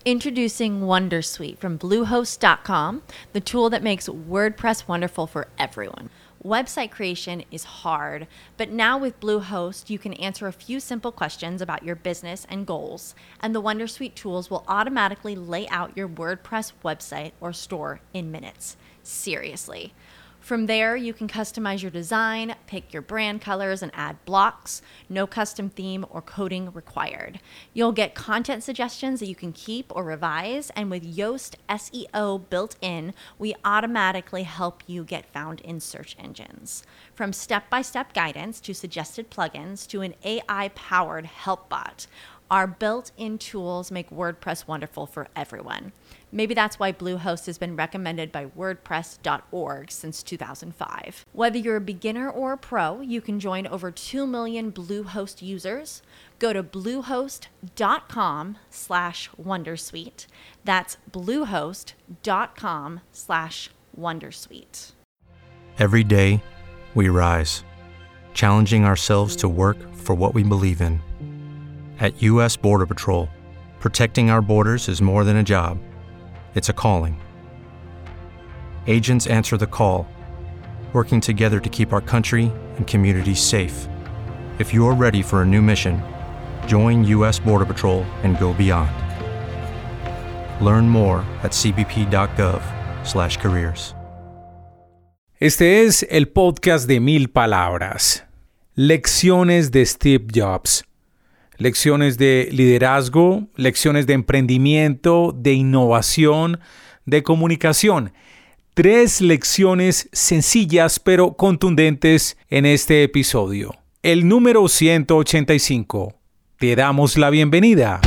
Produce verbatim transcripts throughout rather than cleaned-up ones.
Introducing Wondersuite from Bluehost dot com, the tool that makes WordPress wonderful for everyone. Website creation is hard, but now with Bluehost, you can answer a few simple questions about your business and goals, and the Wondersuite tools will automatically lay out your WordPress website or store in minutes. Seriously. From there, you can customize your design, pick your brand colors, and add blocks. No custom theme or coding required. You'll get content suggestions that you can keep or revise, and with Yoast S E O built in, we automatically help you get found in search engines. From step-by-step guidance to suggested plugins to an A I-powered help bot, our built-in tools make WordPress wonderful for everyone. Maybe that's why Bluehost has been recommended by WordPress dot org since two thousand five. Whether you're a beginner or a pro, you can join over two million Bluehost users. Go to bluehost dot com slash wondersuite. That's bluehost dot com slash wondersuite. Every day, we rise, challenging ourselves to work for what we believe in. At U S Border Patrol, protecting our borders is more than a job. It's a calling. Agents answer the call, working together to keep our country and communities safe. If you're ready for a new mission, join U S Border Patrol and go beyond. Learn more at c b p dot gov slash careers. Este es el podcast de Mil Palabras. Lecciones de Steve Jobs. Lecciones de liderazgo, lecciones de emprendimiento, de innovación, de comunicación. Tres lecciones sencillas pero contundentes en este episodio. El número ciento ochenta y cinco. Te damos la bienvenida.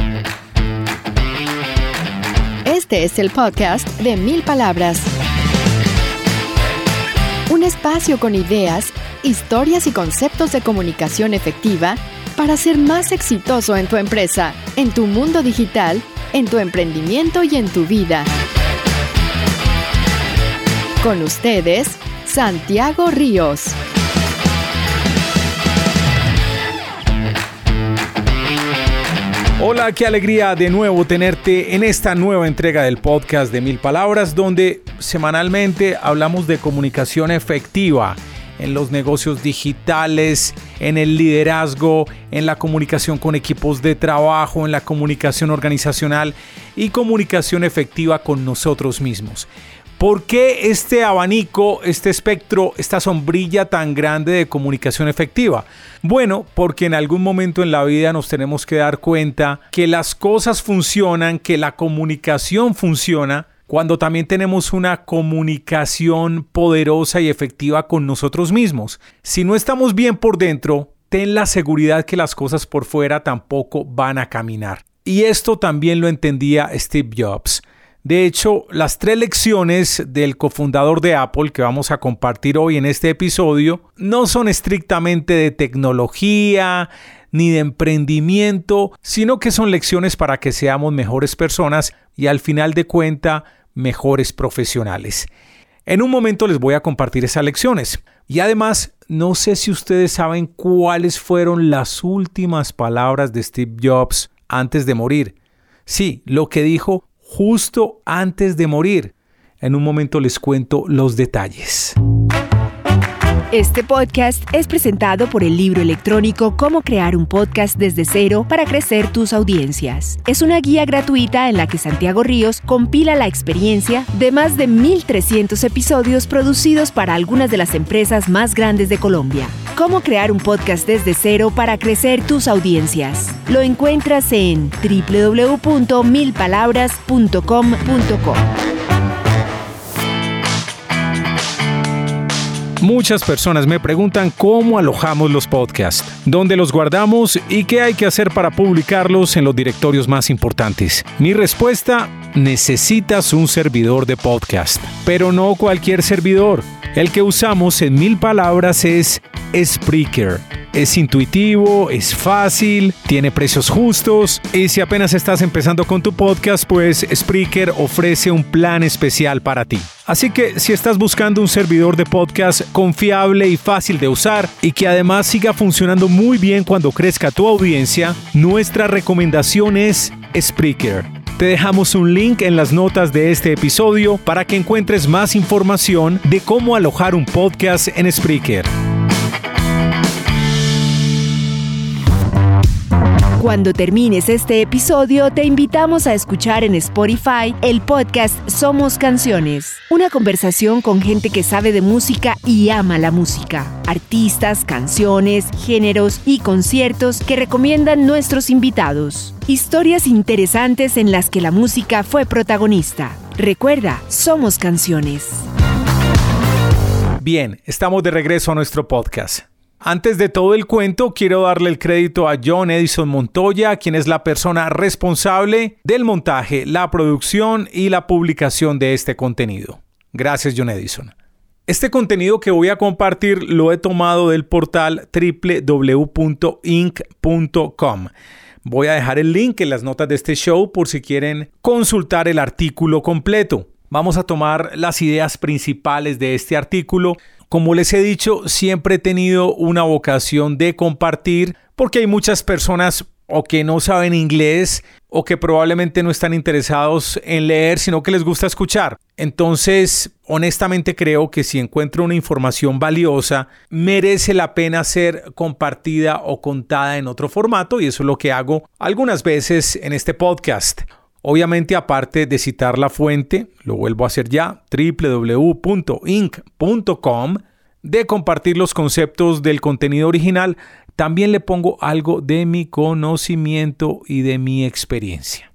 Este es el podcast de Mil Palabras. Un espacio con ideas, historias y conceptos de comunicación efectiva para ser más exitoso en tu empresa, en tu mundo digital, en tu emprendimiento y en tu vida. Con ustedes, Santiago Ríos. Hola, qué alegría de nuevo tenerte en esta nueva entrega del podcast de Mil Palabras, donde semanalmente hablamos de comunicación efectiva en los negocios digitales, en el liderazgo, en la comunicación con equipos de trabajo, en la comunicación organizacional y comunicación efectiva con nosotros mismos. ¿Por qué este abanico, este espectro, esta sombrilla tan grande de comunicación efectiva? Bueno, porque en algún momento en la vida nos tenemos que dar cuenta que las cosas funcionan, que la comunicación funciona, cuando también tenemos una comunicación poderosa y efectiva con nosotros mismos. Si no estamos bien por dentro, ten la seguridad que las cosas por fuera tampoco van a caminar. Y esto también lo entendía Steve Jobs. De hecho, las tres lecciones del cofundador de Apple que vamos a compartir hoy en este episodio no son estrictamente de tecnología ni de emprendimiento, sino que son lecciones para que seamos mejores personas y al final de cuentas, mejores profesionales. En un momento les voy a compartir esas lecciones. Y además, no sé si ustedes saben cuáles fueron las últimas palabras de Steve Jobs antes de morir. Sí, lo que dijo justo antes de morir. En un momento les cuento los detalles. Este podcast es presentado por el libro electrónico Cómo crear un podcast desde cero para crecer tus audiencias. Es una guía gratuita en la que Santiago Ríos compila la experiencia de más de mil trescientos episodios producidos para algunas de las empresas más grandes de Colombia. Cómo crear un podcast desde cero para crecer tus audiencias. Lo encuentras en doble u doble u doble u punto mil palabras punto com punto co. Muchas personas me preguntan cómo alojamos los podcasts, dónde los guardamos y qué hay que hacer para publicarlos en los directorios más importantes. Mi respuesta: necesitas un servidor de podcast, pero no cualquier servidor. El que usamos en Mil Palabras es Spreaker. Es intuitivo, es fácil, tiene precios justos y si apenas estás empezando con tu podcast, pues Spreaker ofrece un plan especial para ti. Así que si estás buscando un servidor de podcast confiable y fácil de usar y que además siga funcionando muy bien cuando crezca tu audiencia, nuestra recomendación es Spreaker. Te dejamos un link en las notas de este episodio para que encuentres más información de cómo alojar un podcast en Spreaker. Cuando termines este episodio, te invitamos a escuchar en Spotify el podcast Somos Canciones, una conversación con gente que sabe de música y ama la música, artistas, canciones, géneros y conciertos que recomiendan nuestros invitados, historias interesantes en las que la música fue protagonista. Recuerda, Somos Canciones. Bien, estamos de regreso a nuestro podcast. Antes de todo el cuento, quiero darle el crédito a John Edison Montoya, quien es la persona responsable del montaje, la producción y la publicación de este contenido. Gracias, John Edison. Este contenido que voy a compartir lo he tomado del portal doble u doble u doble u punto inc punto com. Voy a dejar el link en las notas de este show por si quieren consultar el artículo completo. Vamos a tomar las ideas principales de este artículo. Como les he dicho, siempre he tenido una vocación de compartir porque hay muchas personas o que no saben inglés o que probablemente no están interesados en leer, sino que les gusta escuchar. Entonces, honestamente creo que si encuentro una información valiosa, merece la pena ser compartida o contada en otro formato, y eso es lo que hago algunas veces en este podcast. Obviamente, aparte de citar la fuente, lo vuelvo a hacer ya, doble u doble u doble u punto inc punto com, de compartir los conceptos del contenido original, también le pongo algo de mi conocimiento y de mi experiencia.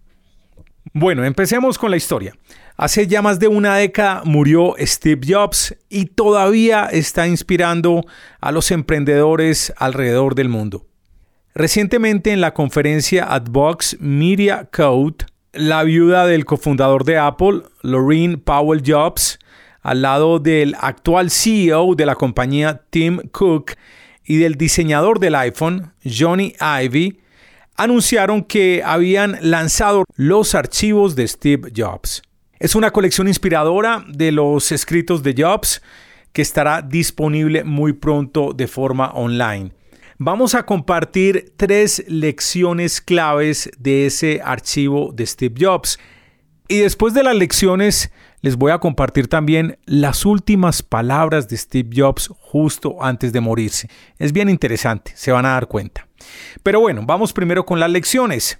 Bueno, empecemos con la historia. Hace ya más de una década murió Steve Jobs y todavía está inspirando a los emprendedores alrededor del mundo. Recientemente en la conferencia Advox Media Code, la viuda del cofundador de Apple, Laurene Powell Jobs, al lado del actual C E O de la compañía Tim Cook y del diseñador del iPhone, Jony Ive, anunciaron que habían lanzado los archivos de Steve Jobs. Es una colección inspiradora de los escritos de Jobs que estará disponible muy pronto de forma online. Vamos a compartir tres lecciones claves de ese archivo de Steve Jobs. Y después de las lecciones, les voy a compartir también las últimas palabras de Steve Jobs justo antes de morirse. Es bien interesante, se van a dar cuenta. Pero bueno, vamos primero con las lecciones.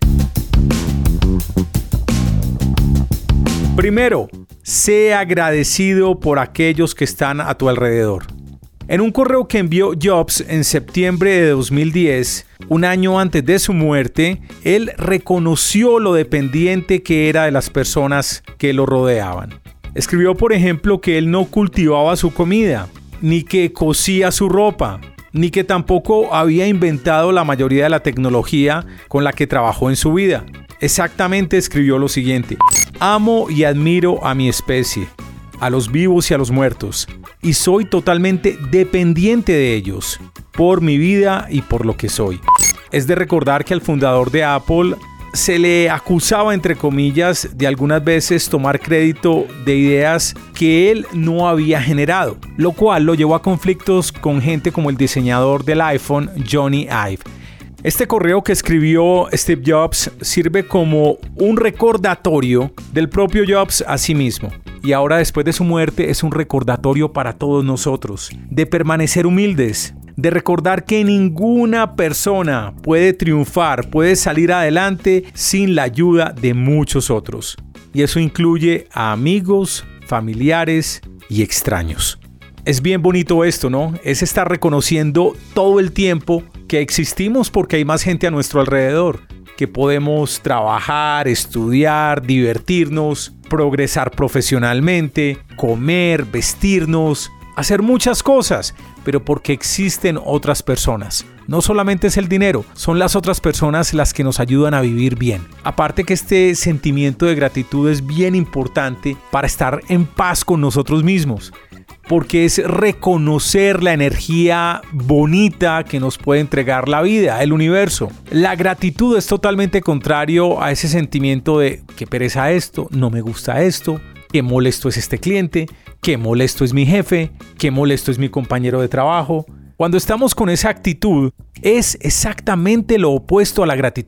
Primero, sé agradecido por aquellos que están a tu alrededor. En un correo que envió Jobs en septiembre de dos mil diez, un año antes de su muerte, él reconoció lo dependiente que era de las personas que lo rodeaban. Escribió, por ejemplo, que él no cultivaba su comida, ni que cosía su ropa, ni que tampoco había inventado la mayoría de la tecnología con la que trabajó en su vida. Exactamente escribió lo siguiente: amo y admiro a mi especie, a los vivos y a los muertos, y soy totalmente dependiente de ellos, por mi vida y por lo que soy. Es de recordar que al fundador de Apple se le acusaba, entre comillas, de algunas veces tomar crédito de ideas que él no había generado, lo cual lo llevó a conflictos con gente como el diseñador del iPhone, Jony Ive. Este correo que escribió Steve Jobs sirve como un recordatorio del propio Jobs a sí mismo. Y ahora, después de su muerte, es un recordatorio para todos nosotros de permanecer humildes, de recordar que ninguna persona puede triunfar, puede salir adelante sin la ayuda de muchos otros. Y eso incluye a amigos, familiares y extraños. Es bien bonito esto, ¿no? Es estar reconociendo todo el tiempo que existimos porque hay más gente a nuestro alrededor, que podemos trabajar, estudiar, divertirnos, progresar profesionalmente, comer, vestirnos, hacer muchas cosas, pero porque existen otras personas. No solamente es el dinero, son las otras personas las que nos ayudan a vivir bien. Aparte que este sentimiento de gratitud es bien importante para estar en paz con nosotros mismos, porque es reconocer la energía bonita que nos puede entregar la vida, el universo. La gratitud es totalmente contrario a ese sentimiento de qué pereza esto, no me gusta esto, qué molesto es este cliente, qué molesto es mi jefe, qué molesto es mi compañero de trabajo. Cuando estamos con esa actitud, es exactamente lo opuesto a la gratitud.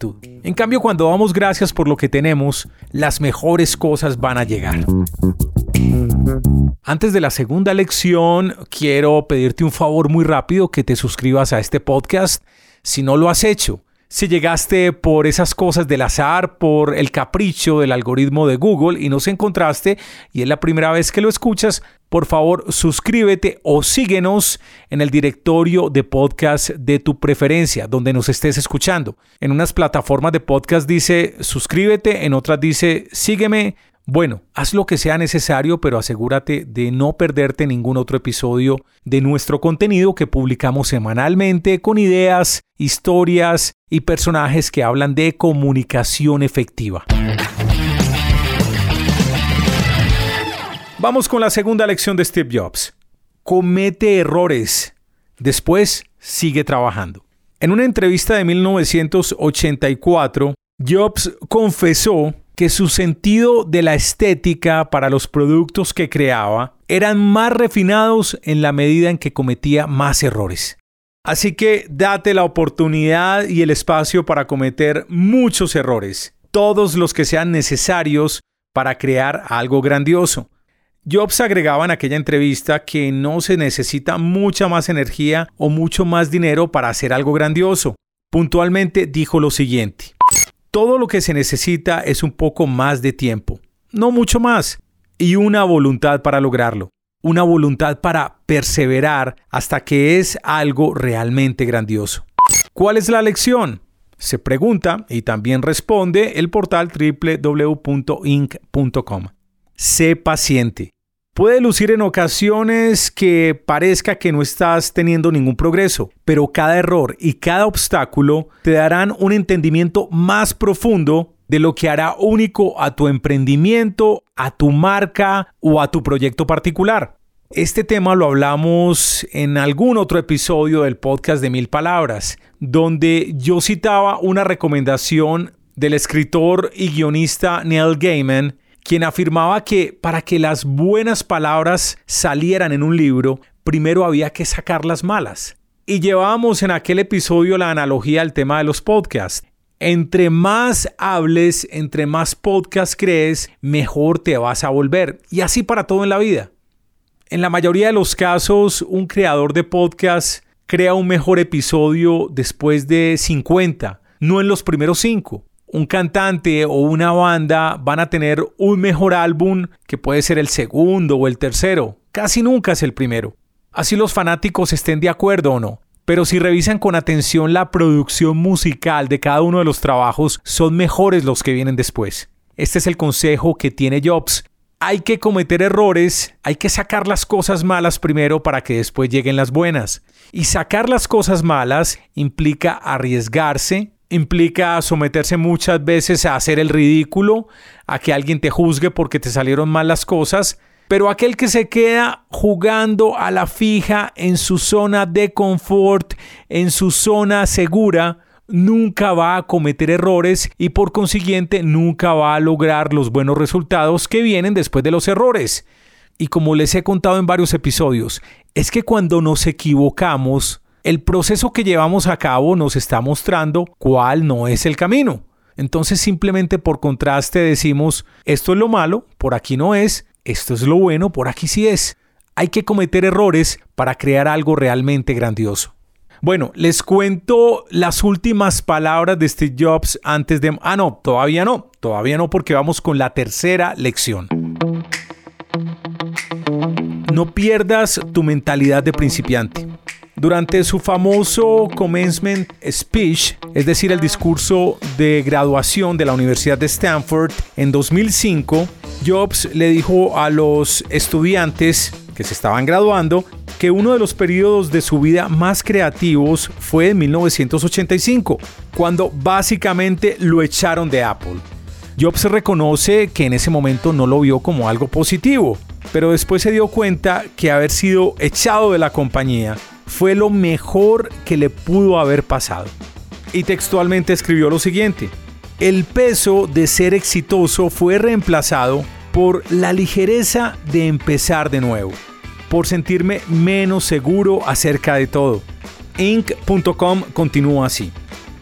En cambio, cuando damos gracias por lo que tenemos, las mejores cosas van a llegar. Antes de la segunda lección, quiero pedirte un favor muy rápido, que te suscribas a este podcast si no lo has hecho. Si llegaste por esas cosas del azar, por el capricho del algoritmo de Google y nos encontraste y es la primera vez que lo escuchas, por favor suscríbete o síguenos en el directorio de podcast de tu preferencia, donde nos estés escuchando. En unas plataformas de podcast dice suscríbete, en otras dice sígueme. Bueno, haz lo que sea necesario, pero asegúrate de no perderte ningún otro episodio de nuestro contenido que publicamos semanalmente con ideas, historias y personajes que hablan de comunicación efectiva. Vamos con la segunda lección de Steve Jobs. Comete errores. Después, sigue trabajando. En una entrevista de mil novecientos ochenta y cuatro, Jobs confesó que su sentido de la estética para los productos que creaba eran más refinados en la medida en que cometía más errores. Así que date la oportunidad y el espacio para cometer muchos errores, todos los que sean necesarios para crear algo grandioso. Jobs agregaba en aquella entrevista que no se necesita mucha más energía o mucho más dinero para hacer algo grandioso. Puntualmente dijo lo siguiente: todo lo que se necesita es un poco más de tiempo, no mucho más, y una voluntad para lograrlo, una voluntad para perseverar hasta que es algo realmente grandioso. ¿Cuál es la lección? Se pregunta y también responde el portal doble u doble u doble u punto inc punto com. Sé paciente. Puede lucir en ocasiones que parezca que no estás teniendo ningún progreso, pero cada error y cada obstáculo te darán un entendimiento más profundo de lo que hará único a tu emprendimiento, a tu marca o a tu proyecto particular. Este tema lo hablamos en algún otro episodio del podcast de Mil Palabras, donde yo citaba una recomendación del escritor y guionista Neil Gaiman, quien afirmaba que para que las buenas palabras salieran en un libro, primero había que sacar las malas. Y llevábamos en aquel episodio la analogía al tema de los podcasts. Entre más hables, entre más podcasts crees, mejor te vas a volver. Y así para todo en la vida. En la mayoría de los casos, un creador de podcast crea un mejor episodio después de cincuenta, no en los primeros cinco. Un cantante o una banda van a tener un mejor álbum que puede ser el segundo o el tercero. Casi nunca es el primero. Así los fanáticos estén de acuerdo o no. Pero si revisan con atención la producción musical de cada uno de los trabajos, son mejores los que vienen después. Este es el consejo que tiene Jobs. Hay que cometer errores, hay que sacar las cosas malas primero para que después lleguen las buenas. Y sacar las cosas malas implica arriesgarse, implica someterse muchas veces a hacer el ridículo, a que alguien te juzgue porque te salieron mal las cosas, pero aquel que se queda jugando a la fija en su zona de confort, en su zona segura, nunca va a cometer errores y por consiguiente nunca va a lograr los buenos resultados que vienen después de los errores. Y como les he contado en varios episodios, es que cuando nos equivocamos, el proceso que llevamos a cabo nos está mostrando cuál no es el camino. Entonces simplemente por contraste decimos, esto es lo malo, por aquí no es, esto es lo bueno, por aquí sí es. Hay que cometer errores para crear algo realmente grandioso. Bueno, les cuento las últimas palabras de Steve Jobs antes de... Ah, no, todavía no, todavía no porque vamos con la tercera lección. No pierdas tu mentalidad de principiante. Durante su famoso commencement speech, es decir, el discurso de graduación de la Universidad de Stanford en dos mil cinco, Jobs le dijo a los estudiantes que se estaban graduando que uno de los periodos de su vida más creativos fue en mil novecientos ochenta y cinco, cuando básicamente lo echaron de Apple. Jobs reconoce que en ese momento no lo vio como algo positivo, pero después se dio cuenta que haber sido echado de la compañía fue lo mejor que le pudo haber pasado. Y textualmente escribió lo siguiente: el peso de ser exitoso fue reemplazado por la ligereza de empezar de nuevo, por sentirme menos seguro acerca de todo. inc punto com continúa así: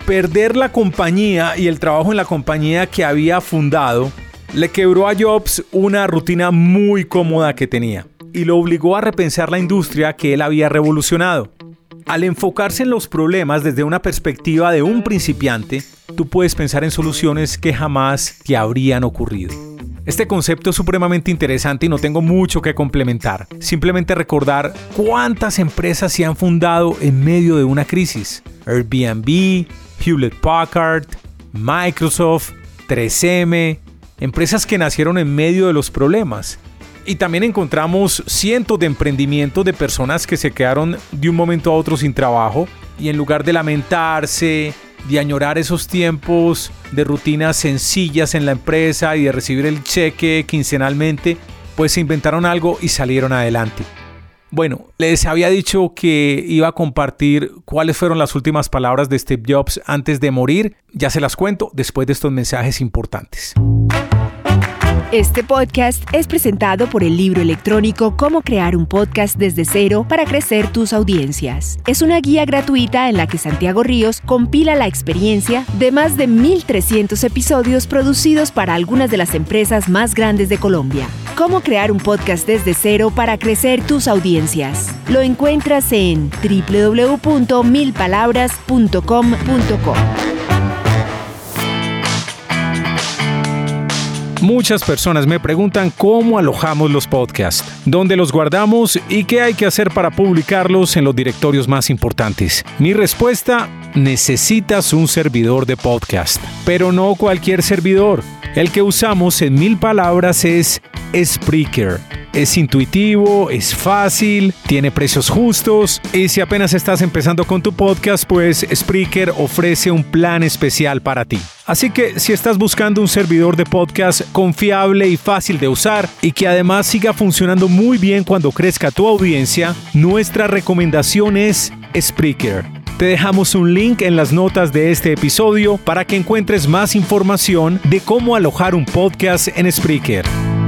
perder la compañía y el trabajo en la compañía que había fundado le quebró a Jobs una rutina muy cómoda que tenía y lo obligó a repensar la industria que él había revolucionado. Al enfocarse en los problemas desde una perspectiva de un principiante, tú puedes pensar en soluciones que jamás te habrían ocurrido. Este concepto es supremamente interesante y no tengo mucho que complementar. Simplemente recordar cuántas empresas se han fundado en medio de una crisis. Airbnb, Hewlett Packard, Microsoft, tres eme, empresas que nacieron en medio de los problemas. Y también encontramos cientos de emprendimientos de personas que se quedaron de un momento a otro sin trabajo y en lugar de lamentarse, de añorar esos tiempos de rutinas sencillas en la empresa y de recibir el cheque quincenalmente, pues se inventaron algo y salieron adelante. Bueno, les había dicho que iba a compartir cuáles fueron las últimas palabras de Steve Jobs antes de morir. Ya se las cuento después de estos mensajes importantes. Este podcast es presentado por el libro electrónico Cómo crear un podcast desde cero para crecer tus audiencias. Es una guía gratuita en la que Santiago Ríos compila la experiencia de más de mil trescientos episodios producidos para algunas de las empresas más grandes de Colombia. Cómo crear un podcast desde cero para crecer tus audiencias. Lo encuentras en doble u doble u doble u punto mil palabras punto com punto co. Muchas personas me preguntan cómo alojamos los podcasts, dónde los guardamos y qué hay que hacer para publicarlos en los directorios más importantes. Mi respuesta: necesitas un servidor de podcast, pero no cualquier servidor. El que usamos en Mil Palabras es Spreaker. Es intuitivo, es fácil, tiene precios justos y si apenas estás empezando con tu podcast, pues Spreaker ofrece un plan especial para ti. Así que si estás buscando un servidor de podcast confiable y fácil de usar y que además siga funcionando muy bien cuando crezca tu audiencia, nuestra recomendación es Spreaker. Te dejamos un link en las notas de este episodio para que encuentres más información de cómo alojar un podcast en Spreaker.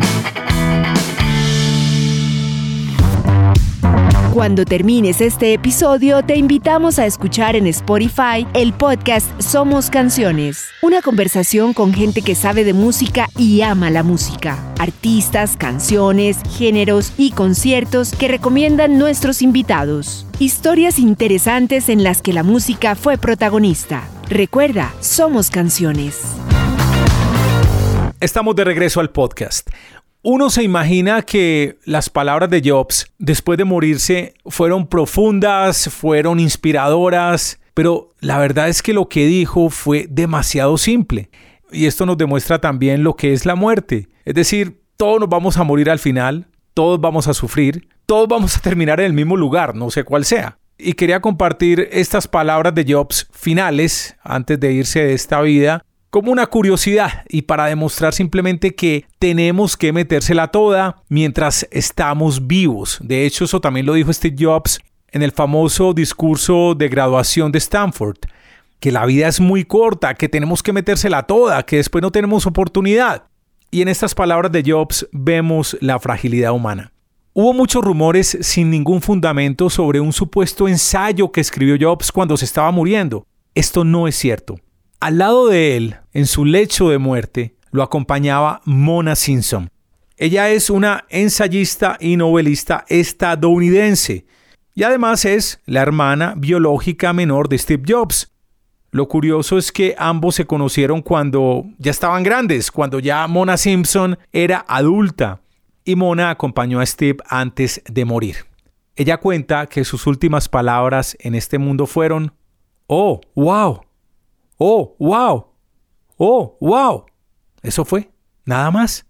Cuando termines este episodio, te invitamos a escuchar en Spotify el podcast Somos Canciones, una conversación con gente que sabe de música y ama la música, artistas, canciones, géneros y conciertos que recomiendan nuestros invitados, historias interesantes en las que la música fue protagonista. Recuerda, Somos Canciones. Estamos de regreso al podcast. Uno se imagina que las palabras de Jobs después de morirse fueron profundas, fueron inspiradoras, pero la verdad es que lo que dijo fue demasiado simple. Y esto nos demuestra también lo que es la muerte. Es decir, todos nos vamos a morir al final, todos vamos a sufrir, todos vamos a terminar en el mismo lugar, no sé cuál sea. Y quería compartir estas palabras de Jobs finales antes de irse de esta vida, como una curiosidad y para demostrar simplemente que tenemos que metérsela toda mientras estamos vivos. De hecho, eso también lo dijo Steve Jobs en el famoso discurso de graduación de Stanford, que la vida es muy corta, que tenemos que metérsela toda, que después no tenemos oportunidad. Y en estas palabras de Jobs vemos la fragilidad humana. Hubo muchos rumores sin ningún fundamento sobre un supuesto ensayo que escribió Jobs cuando se estaba muriendo. Esto no es cierto. Al lado de él, en su lecho de muerte, lo acompañaba Mona Simpson. Ella es una ensayista y novelista estadounidense y además es la hermana biológica menor de Steve Jobs. Lo curioso es que ambos se conocieron cuando ya estaban grandes, cuando ya Mona Simpson era adulta y Mona acompañó a Steve antes de morir. Ella cuenta que sus últimas palabras en este mundo fueron: "Oh, wow. Oh, wow. Oh, wow". Eso fue, nada más.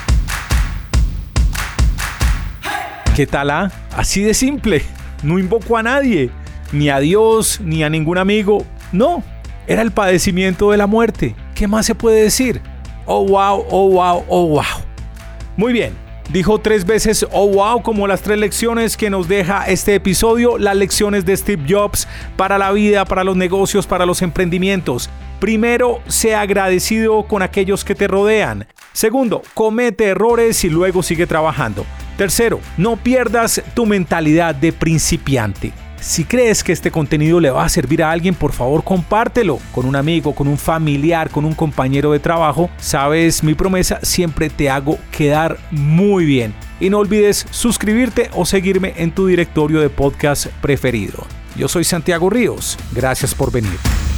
¿Qué tal, ah? Así de simple. No invocó a nadie, ni a Dios, ni a ningún amigo. No, era el padecimiento de la muerte. ¿Qué más se puede decir? Oh, wow, oh, wow, oh, wow. Muy bien. Dijo tres veces "oh wow" como las tres lecciones que nos deja este episodio, las lecciones de Steve Jobs para la vida, para los negocios, para los emprendimientos. Primero, sea agradecido con aquellos que te rodean. Segundo, comete errores y luego sigue trabajando. Tercero, no pierdas tu mentalidad de principiante. Si crees que este contenido le va a servir a alguien, por favor compártelo con un amigo, con un familiar, con un compañero de trabajo. Sabes, mi promesa, siempre te hago quedar muy bien. Y no olvides suscribirte o seguirme en tu directorio de podcast preferido. Yo soy Santiago Ríos. Gracias por venir.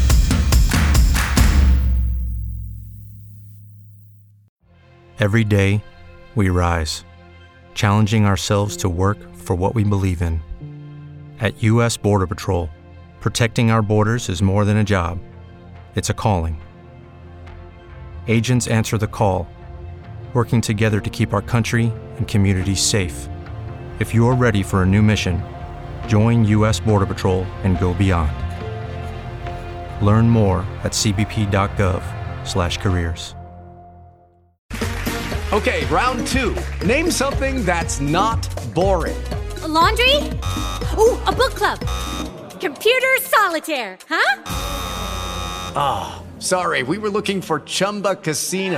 Every day, we rise, challenging ourselves to work for what we believe in. At U S Border Patrol, protecting our borders is more than a job. It's a calling. Agents answer the call, working together to keep our country and communities safe. If you're ready for a new mission, join U S Border Patrol and go beyond. Learn more at c b p dot gov slash careers. Okay, round two. Name something that's not boring. A laundry? Ooh, a book club. Computer solitaire, huh? Ah, oh, sorry, we were looking for Chumba Casino.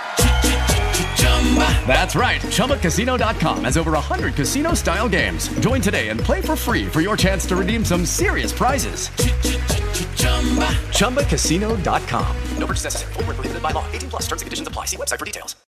That's right, Chumba Casino dot com has over one hundred casino-style games. Join today and play for free for your chance to redeem some serious prizes. Chumba Casino dot com. No purchase necessary. Void where prohibited by law. eighteen plus terms and conditions apply. See website for details.